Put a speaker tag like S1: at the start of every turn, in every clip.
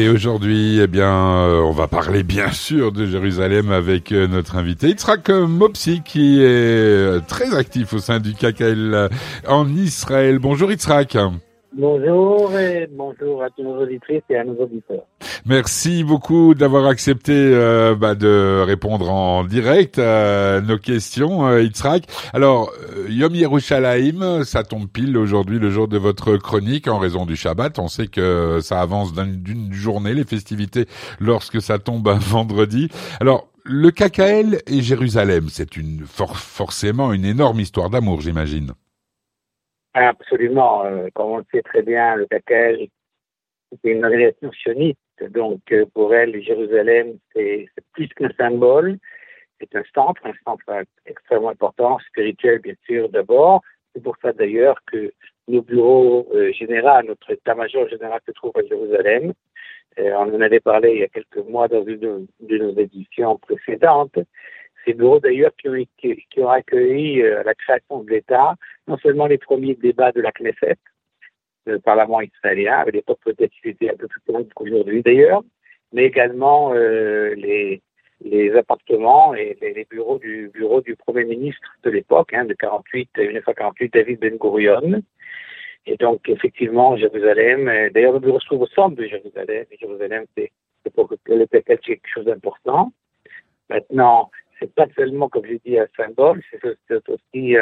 S1: Et aujourd'hui, on va parler bien sûr de Jérusalem avec notre invité Yitzhak Mopsi, qui est très actif au sein du KKL en Israël. Bonjour Yitzhak.
S2: Bonjour et bonjour à tous nos auditrices et à nos auditeurs.
S1: Merci beaucoup d'avoir accepté de répondre en direct à nos questions, Yitzhak. Alors, Yom Yerushalayim, ça tombe pile aujourd'hui, le jour de votre chronique, en raison du Shabbat. On sait que ça avance d'une journée, les festivités, lorsque ça tombe un vendredi. Alors, le KKL et Jérusalem, c'est forcément une énorme histoire d'amour, j'imagine.
S2: Absolument. Comme on le sait très bien, le KKL, c'est une organisation sioniste. Donc, pour elle, Jérusalem, c'est plus qu'un symbole. C'est un centre extrêmement important, spirituel, bien sûr, d'abord. C'est pour ça, d'ailleurs, que nos bureaux généraux, notre état-major général se trouve à Jérusalem. On en avait parlé il y a quelques mois dans une de nos éditions précédentes. Ces bureaux, d'ailleurs, qui ont accueilli la création de l'État, non seulement les premiers débats de la Knesset, le Parlement israélien, à l'époque peut-être qu'il était un peu plus grand qu'aujourd'hui d'ailleurs, mais également les appartements et les bureaux du Premier ministre de l'époque, de 1948, David Ben-Gurion. Et donc, effectivement, Jérusalem, d'ailleurs, le bureau se trouve au centre de Jérusalem, et Jérusalem, c'est pour le PKL, c'est quelque chose d'important. Maintenant, c'est pas seulement, comme je dis, un symbole, c'est aussi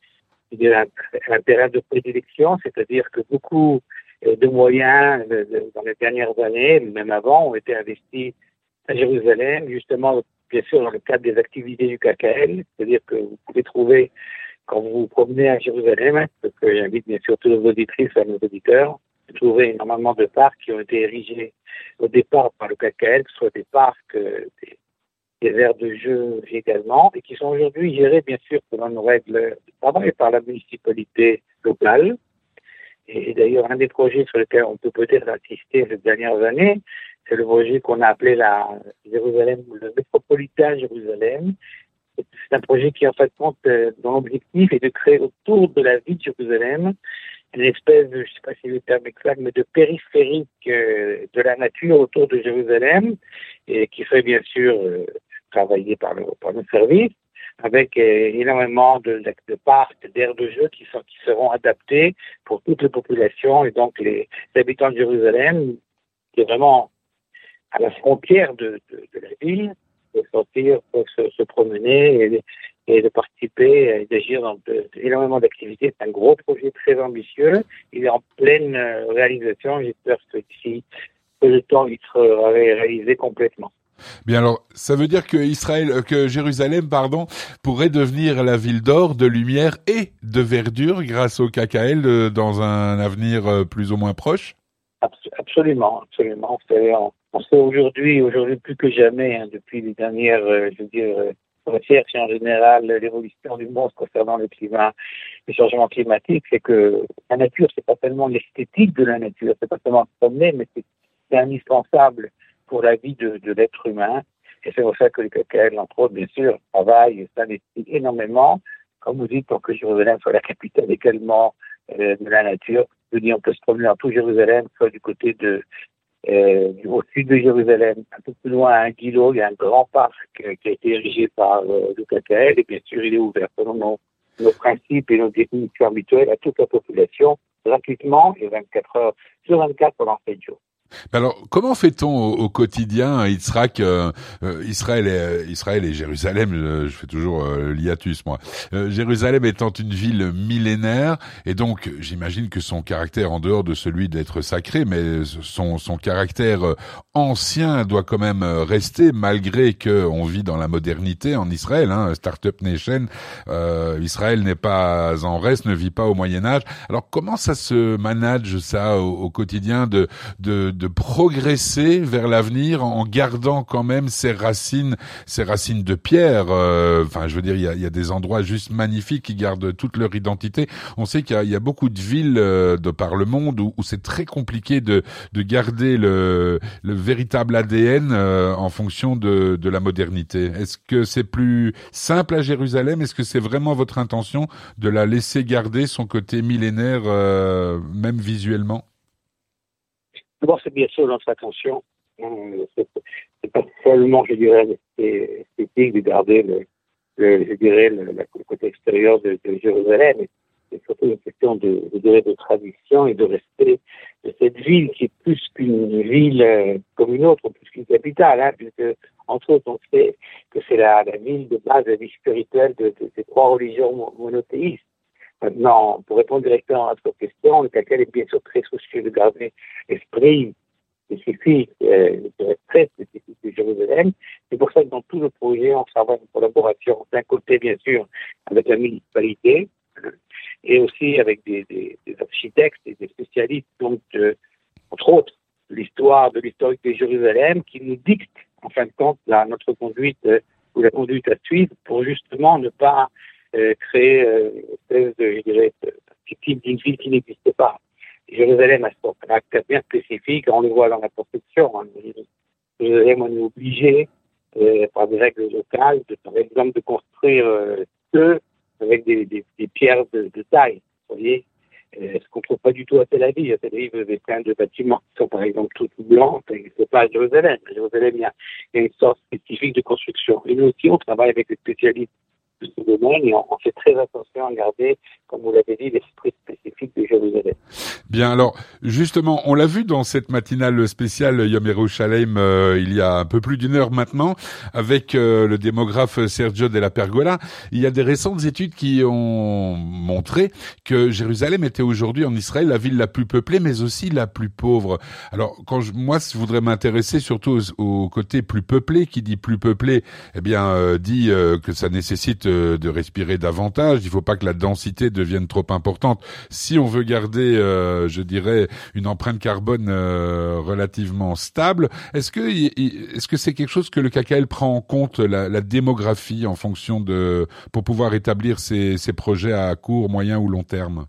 S2: un terrain de prédilection, c'est-à-dire que beaucoup de moyens dans les dernières années, même avant, ont été investis à Jérusalem, justement, bien sûr, dans le cadre des activités du KKL, c'est-à-dire que vous pouvez trouver, quand vous vous promenez à Jérusalem, parce que j'invite bien sûr tous nos auditrices et nos auditeurs, vous trouverez énormément de parcs qui ont été érigés au départ par le KKL, que ce soit des parcs, des aires de jeu également, et qui sont aujourd'hui gérés, bien sûr, selon nos règles de travail par la municipalité locale. Et d'ailleurs, un des projets sur lesquels on peut peut-être assister ces dernières années, c'est le projet qu'on a appelé le Métropolitain Jérusalem. C'est un projet qui, en fait, compte, dont l'objectif est de créer autour de la ville de Jérusalem une espèce de, je ne sais pas si le terme exact, mais de périphérique de la nature autour de Jérusalem, et qui serait bien sûr travaillé par nos services, avec énormément de parcs, d'aires de jeu qui seront adaptés pour toute la population, et donc les habitants de Jérusalem, qui est vraiment à la frontière de la ville, de sortir, pour se promener et de participer et d'agir dans énormément d'activités. C'est un gros projet très ambitieux. Il est en pleine réalisation. J'espère que d'ici peu de temps, il sera réalisé complètement.
S1: Bien alors, ça veut dire que Jérusalem, pourrait devenir la ville d'or, de lumière et de verdure grâce au KKL dans un avenir plus ou moins proche?
S2: Absolument. On sait aujourd'hui plus que jamais, depuis les dernières, recherches en général, l'évolution du monde concernant le climat, le changement climatique, c'est que la nature, c'est pas tellement l'esthétique de la nature, c'est pas seulement se promener, mais c'est indispensable pour la vie de l'être humain. Et c'est pour ça que le KKL, entre autres, bien sûr, travaille et s'investit énormément, comme vous dites, pour que Jérusalem soit la capitale également de la nature. Je dis, on peut se promener dans tout Jérusalem, soit du côté au sud de Jérusalem, un peu plus loin à Gilo, il y a un grand parc qui a été érigé par le KKL, et bien sûr, il est ouvert selon nos principes et nos définitions habituelles à toute la population, gratuitement, et 24 heures sur 24 pendant 7 jours.
S1: Alors, comment fait-on au quotidien, Yitzhak, Israël et Jérusalem, je fais toujours l'hiatus, moi. Jérusalem étant une ville millénaire, et donc j'imagine que son caractère, en dehors de celui d'être sacré, mais son caractère ancien doit quand même rester, malgré que on vit dans la modernité en Israël, Startup Nation. Israël n'est pas en reste, ne vit pas au Moyen-Âge. Alors, comment ça se manage, ça, au quotidien de progresser vers l'avenir en gardant quand même ses racines de pierre. Je veux dire, il y a des endroits juste magnifiques qui gardent toute leur identité. On sait qu'il y a beaucoup de villes de par le monde où c'est très compliqué de garder le véritable ADN en fonction de la modernité. Est-ce que c'est plus simple à Jérusalem? Est-ce que c'est vraiment votre intention de la laisser garder son côté millénaire, même visuellement?
S2: D'abord, c'est bien sûr notre intention. C'est pas seulement, je dirais, esthétique de garder le côté extérieur de Jérusalem, mais c'est surtout une question de tradition et de respect de cette ville qui est plus qu'une ville comme une autre, plus qu'une capitale, hein, puisque, entre autres, on sait que c'est la ville de base de la vie spirituelle de ces trois religions monothéistes. Maintenant, pour répondre directement à votre question, le Kakel est bien sûr très soucieux de garder l'esprit spécifique, très spécifique de Jérusalem. C'est pour ça que dans tout le projet, on travaille en collaboration, d'un côté, bien sûr, avec la municipalité, et aussi avec des architectes et des spécialistes, donc, entre autres, l'histoire de l'historique de Jérusalem, qui nous dicte, en fin de compte, notre conduite, ou la conduite à suivre, pour justement ne pas créer une espèce de, je dirais, type d'une ville qui n'existe pas. Jérusalem a son caractère bien spécifique, on le voit dans la construction. Hein. Jérusalem, on est obligé, par des règles locales, par exemple, de construire avec des pierres de taille. Vous voyez, ce qu'on ne trouve pas du tout à Tel Aviv. À Tel Aviv, il y avait plein de bâtiments qui sont, par exemple, tout blancs. C'est pas à Jérusalem. À Jérusalem, il y a une sorte spécifique de construction. Et nous aussi, on travaille avec les spécialistes de ce domaine et on fait très attention à garder, comme vous l'avez dit, l'esprit spécifique de Jérusalem.
S1: Bien, alors justement, on l'a vu dans cette matinale spéciale Yom Yerushalayim il y a un peu plus d'une heure maintenant, avec le démographe Sergio Della Pergola. Il y a des récentes études qui ont montré que Jérusalem était aujourd'hui en Israël la ville la plus peuplée, mais aussi la plus pauvre. Alors, moi, je voudrais m'intéresser surtout au côté plus peuplé. Qui dit plus peuplé, eh bien, dit que ça nécessite de respirer davantage. Il ne faut pas que la densité devienne trop importante. Si on veut garder, je dirais, une empreinte carbone relativement stable, est-ce que c'est quelque chose que le KKL prend en compte, la démographie, en fonction pour pouvoir établir ses projets à court, moyen ou long terme?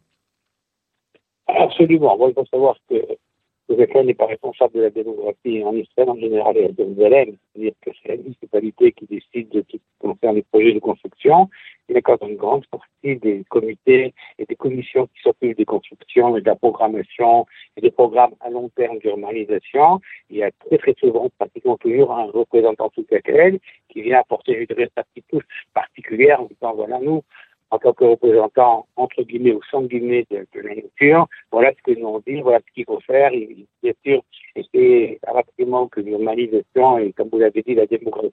S2: Absolument. Moi, il faut savoir que le KKL n'est pas responsable de la démographie en Israël en général et à Jérusalem. C'est-à-dire que c'est la municipalité qui décide de tout ce qui concerne les projets de construction. Il y a quand même une grande partie des comités et des commissions qui s'occupent des constructions et de la programmation et des programmes à long terme d'urbanisation. Il y a très très souvent, pratiquement toujours, un représentant du KKL qui vient apporter une sa petite touche particulière en disant voilà, nous, en tant que représentants, entre guillemets ou sans guillemets de la nature, voilà ce que nous on dit, voilà ce qu'il faut faire. Et bien sûr, c'est rapidement que l'urbanisation et, comme vous l'avez dit, la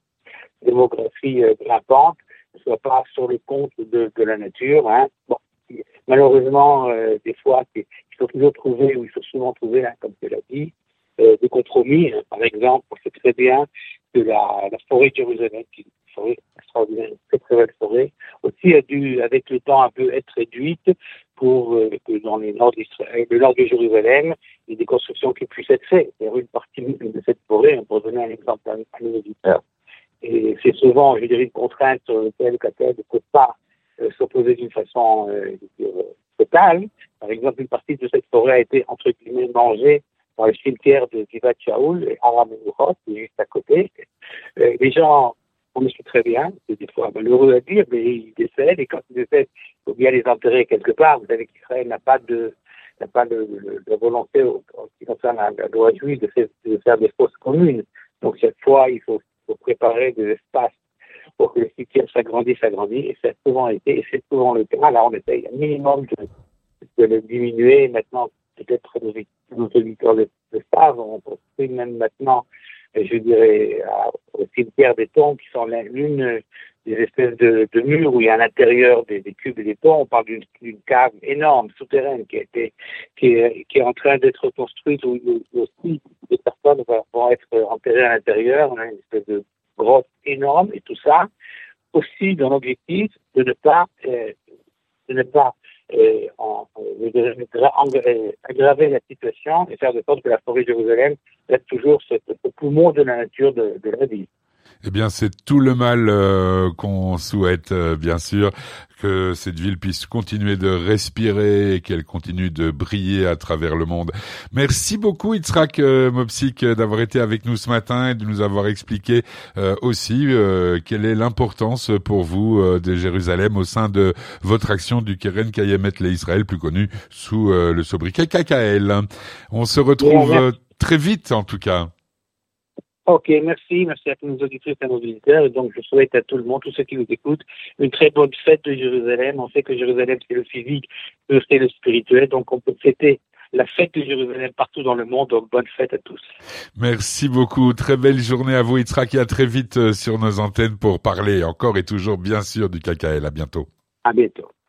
S2: démographie grimpante ne soit pas sur le compte de la nature. Hein. Bon, malheureusement, des fois, il faut toujours trouver, ou il faut souvent trouver, hein, comme tu l'as dit, des compromis. Hein. Par exemple, on sait très bien que la forêt de Jérusalem, qui est une forêt extraordinaire, une très très belle forêt, aussi a dû, avec le temps, un peu être réduite pour que dans le nord de Jérusalem, il y ait des constructions qui puissent être faites. Il y a une partie de cette forêt, pour donner un exemple à nos auditeurs. Et c'est souvent, je dirais, une contrainte sur laquelle le KKL ne peut pas s'opposer d'une façon totale. Par exemple, une partie de cette forêt a été, entre guillemets, mangée par le cimetière de Givat Shaoul et Aram Menuchot, qui est juste à côté. Les gens, on le sait très bien, c'est des fois malheureux à dire, mais ils décèdent, et quand ils décèdent, il faut bien les enterrer quelque part. Vous savez qu'Israël n'a pas de volonté, en ce qui concerne la loi juive, de faire des fosses communes. Donc, cette fois, il faut préparer des espaces pour que le cimetière s'agrandisse, et ça a souvent été, et c'est souvent le cas. Là, on essaye un minimum de le diminuer. Maintenant, peut-être nos auditeurs le savent, on construit même maintenant, je dirais, au cimetière des tombes, qui sont l'une des espèces de murs où il y a à l'intérieur des cubes et des tombes. On parle d'une cave énorme, souterraine, qui est en train d'être construite, où aussi des personnes vont être enterrées à l'intérieur. On a une espèce de grotte énorme, et tout ça, aussi dans l'objectif de ne pas aggraver la situation et faire de sorte que la forêt de Jérusalem reste toujours ce poumon de la nature de la ville.
S1: Eh bien, c'est tout le mal qu'on souhaite, bien sûr, que cette ville puisse continuer de respirer et qu'elle continue de briller à travers le monde. Merci beaucoup, Yitzhak Mopsik, d'avoir été avec nous ce matin et de nous avoir expliqué aussi quelle est l'importance pour vous de Jérusalem au sein de votre action du Keren Kayemet l'Israël, plus connu sous le sobriquet KKL. On se retrouve très vite, en tout cas.
S2: Ok, merci à tous nos auditeurs et à nos auditeurs. Et donc, je souhaite à tout le monde, tous ceux qui nous écoutent, une très bonne fête de Jérusalem. On sait que Jérusalem, c'est le physique, mais c'est le spirituel. Donc, on peut fêter la fête de Jérusalem partout dans le monde. Donc, bonne fête à tous.
S1: Merci beaucoup. Très belle journée à vous, Yitzhak, et à très vite sur nos antennes pour parler encore et toujours, bien sûr, du KKL. À bientôt.
S2: À bientôt.